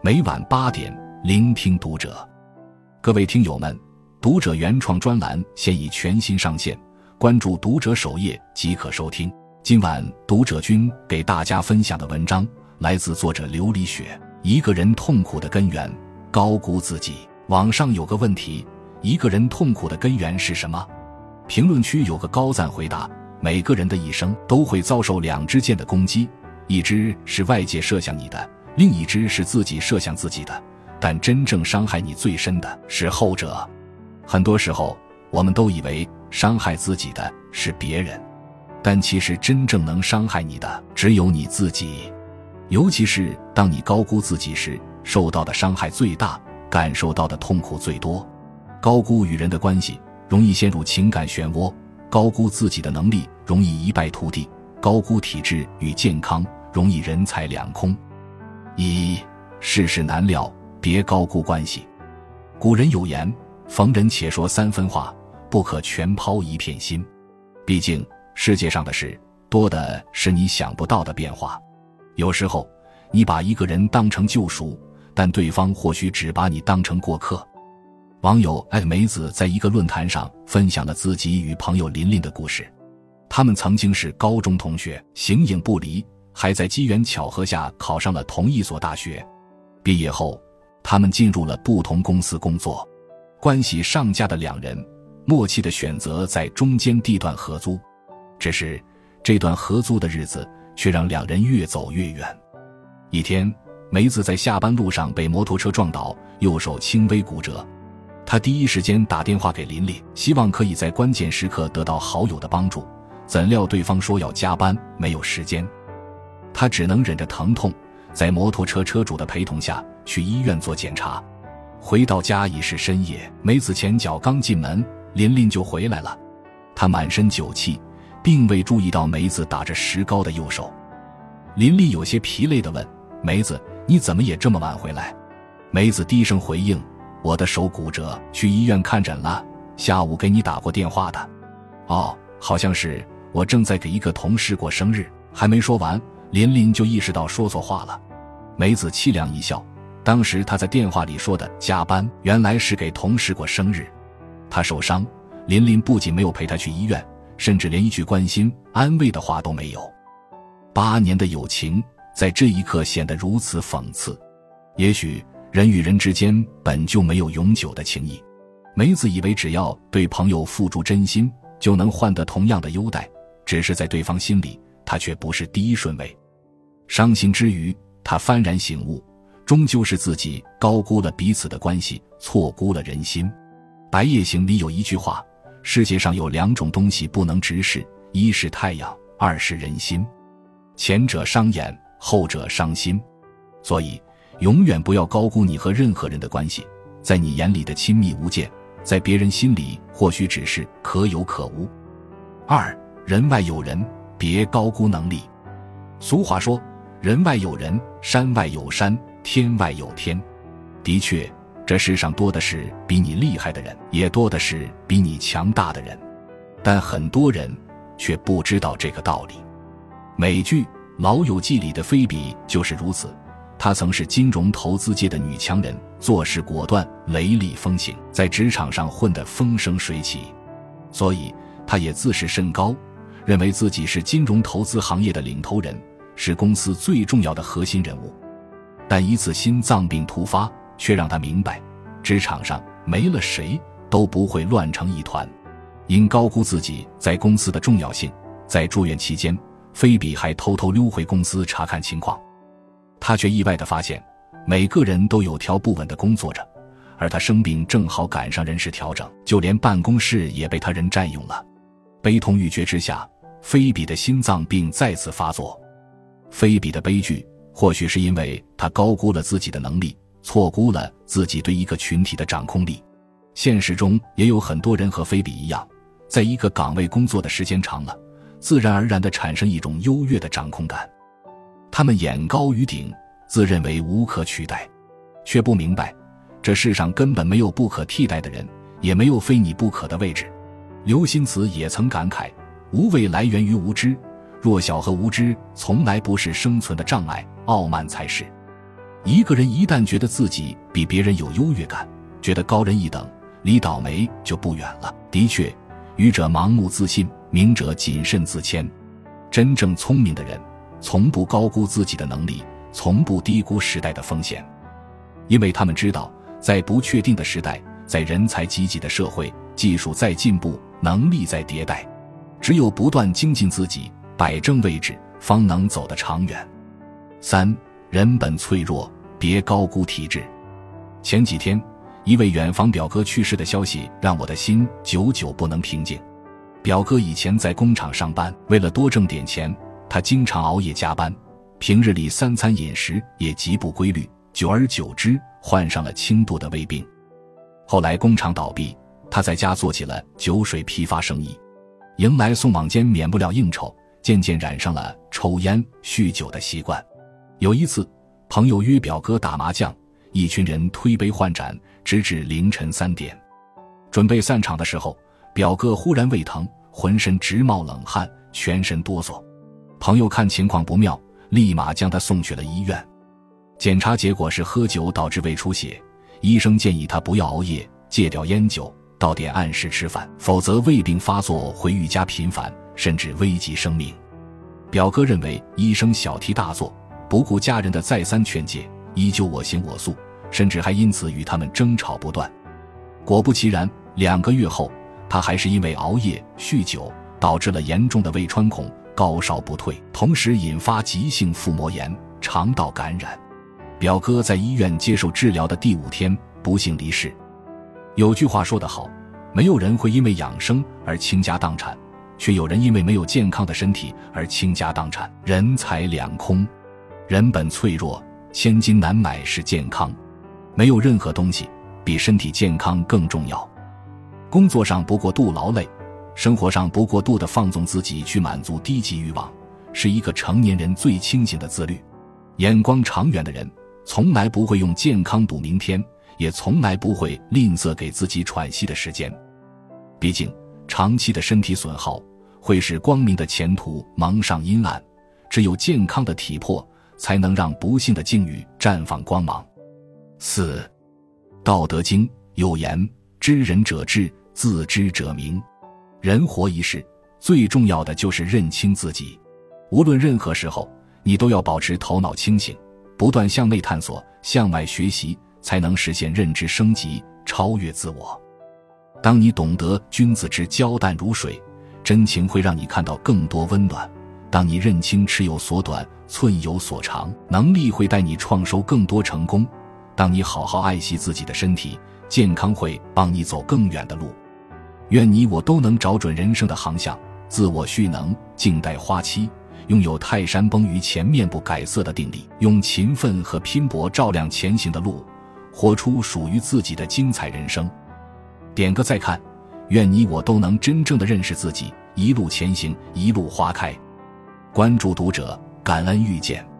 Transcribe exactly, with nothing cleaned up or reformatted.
每晚八点，聆听读者。各位听友们，读者原创专栏现已全新上线，关注读者首页即可收听。今晚读者君给大家分享的文章来自作者琉璃雪。一个人痛苦的根源，高估自己。网上有个问题，一个人痛苦的根源是什么？评论区有个高赞回答，每个人的一生都会遭受两支箭的攻击，一支是外界射向你的，另一支是自己射向自己的，但真正伤害你最深的是后者。很多时候我们都以为伤害自己的是别人，但其实真正能伤害你的只有你自己。尤其是当你高估自己时，受到的伤害最大，感受到的痛苦最多。高估与人的关系，容易陷入情感漩涡；高估自己的能力，容易一败涂地；高估体质与健康，容易人财两空。一，世事难料，别高估关系。古人有言，逢人且说三分话，不可全抛一片心。毕竟世界上的事多的是你想不到的变化。有时候你把一个人当成救赎，但对方或许只把你当成过客。网友爱梅子在一个论坛上分享了自己与朋友琳琳的故事。他们曾经是高中同学，形影不离，还在机缘巧合下考上了同一所大学。毕业后他们进入了不同公司工作，关系上佳的两人默契地选择在中间地段合租。只是这段合租的日子却让两人越走越远。一天，梅子在下班路上被摩托车撞倒，右手轻微骨折。她第一时间打电话给琳琳，希望可以在关键时刻得到好友的帮助，怎料对方说要加班，没有时间。她只能忍着疼痛，在摩托车车主的陪同下去医院做检查。回到家已是深夜，梅子前脚刚进门，琳琳就回来了。她满身酒气，并未注意到梅子打着石膏的右手。琳琳有些疲累地问，梅子，你怎么也这么晚回来？梅子低声回应，我的手骨折，去医院看诊了，下午给你打过电话的。哦，好像是，我正在给一个同事过生日。还没说完，琳琳就意识到说错话了。梅子凄凉一笑，当时她在电话里说的加班，原来是给同事过生日。她受伤，琳琳不仅没有陪她去医院，甚至连一句关心安慰的话都没有。八年的友情在这一刻显得如此讽刺。也许人与人之间本就没有永久的情谊。梅子以为只要对朋友付出真心，就能换得同样的优待，只是在对方心里，他却不是第一顺位。伤心之余，他幡然醒悟，终究是自己高估了彼此的关系，错估了人心。白夜行里有一句话，世界上有两种东西不能直视，一是太阳，二是人心。前者伤眼，后者伤心。所以永远不要高估你和任何人的关系，在你眼里的亲密无间，在别人心里或许只是可有可无。二，人外有人，别高估能力。俗话说，人外有人，山外有山，天外有天。的确，这世上多的是比你厉害的人，也多的是比你强大的人，但很多人却不知道这个道理。美剧《老友记》里的菲比就是如此，她曾是金融投资界的女强人，做事果断，雷厉风行，在职场上混得风生水起。所以她也自视甚高，认为自己是金融投资行业的领头人，是公司最重要的核心人物。但一次心脏病突发，却让她明白，职场上没了谁都不会乱成一团。因高估自己在公司的重要性，在住院期间，菲比还偷偷溜回公司查看情况。他却意外地发现，每个人都有条不紊地工作着，而他生病正好赶上人事调整，就连办公室也被他人占用了。悲痛欲绝之下，菲比的心脏病再次发作。菲比的悲剧或许是因为他高估了自己的能力，错估了自己对一个群体的掌控力。现实中也有很多人和菲比一样，在一个岗位工作的时间长了，自然而然地产生一种优越的掌控感。他们眼高于顶，自认为无可取代，却不明白这世上根本没有不可替代的人，也没有非你不可的位置。刘心慈也曾感慨，无畏来源于无知，弱小和无知从来不是生存的障碍，傲慢才是。 一个人一旦觉得自己比别人有优越感，觉得高人一等，离倒霉就不远了。的确，愚者盲目自信，明者谨慎自谦。真正聪明的人从不高估自己的能力，从不低估时代的风险，因为他们知道，在不确定的时代，在人才济济的社会，技术在进步，能力在迭代，只有不断精进自己，摆正位置，方能走得长远。三，人本脆弱，别高估体质。前几天，一位远房表哥去世的消息让我的心久久不能平静。表哥以前在工厂上班，为了多挣点钱，他经常熬夜加班，平日里三餐饮食也极不规律，久而久之患上了轻度的胃病。后来工厂倒闭，他在家做起了酒水批发生意，迎来送往间免不了应酬，渐渐染上了抽烟酗酒的习惯。有一次，朋友约表哥打麻将，一群人推杯换盏，直至凌晨三点。准备散场的时候，表哥忽然胃疼，浑身直冒冷汗，全身哆嗦。朋友看情况不妙，立马将他送去了医院。检查结果是喝酒导致胃出血，医生建议他不要熬夜，戒掉烟酒，到点按时吃饭，否则胃病发作会愈加频繁，甚至危及生命。表哥认为医生小题大做，不顾家人的再三劝诫，依旧我行我素，甚至还因此与他们争吵不断。果不其然，两个月后，他还是因为熬夜酗酒导致了严重的胃穿孔，高烧不退，同时引发急性腹膜炎、肠道感染。表哥在医院接受治疗的第五天不幸离世。有句话说得好，没有人会因为养生而倾家荡产，却有人因为没有健康的身体而倾家荡产。人财两空，人本脆弱，千金难买是健康。没有任何东西比身体健康更重要。工作上不过度劳累，生活上不过度地放纵自己去满足低级欲望，是一个成年人最清醒的自律。眼光长远的人从来不会用健康赌明天，也从来不会吝啬给自己喘息的时间。毕竟长期的身体损耗会使光明的前途蒙上阴暗，只有健康的体魄才能让不幸的境遇绽放光芒。四，道德经有言，知人者智，自知者明。人活一世，最重要的就是认清自己。无论任何时候，你都要保持头脑清醒，不断向内探索，向外学习，才能实现认知升级，超越自我。当你懂得君子之交淡如水，真情会让你看到更多温暖。当你认清尺有所短，寸有所长，能力会带你创收更多成功。当你好好爱惜自己的身体，健康会帮你走更远的路。愿你我都能找准人生的航向，自我蓄能，静待花期，拥有泰山崩于前面不改色的定力，用勤奋和拼搏照亮前行的路，活出属于自己的精彩人生。点个再看，愿你我都能真正的认识自己，一路前行，一路花开。关注读者，感恩遇见。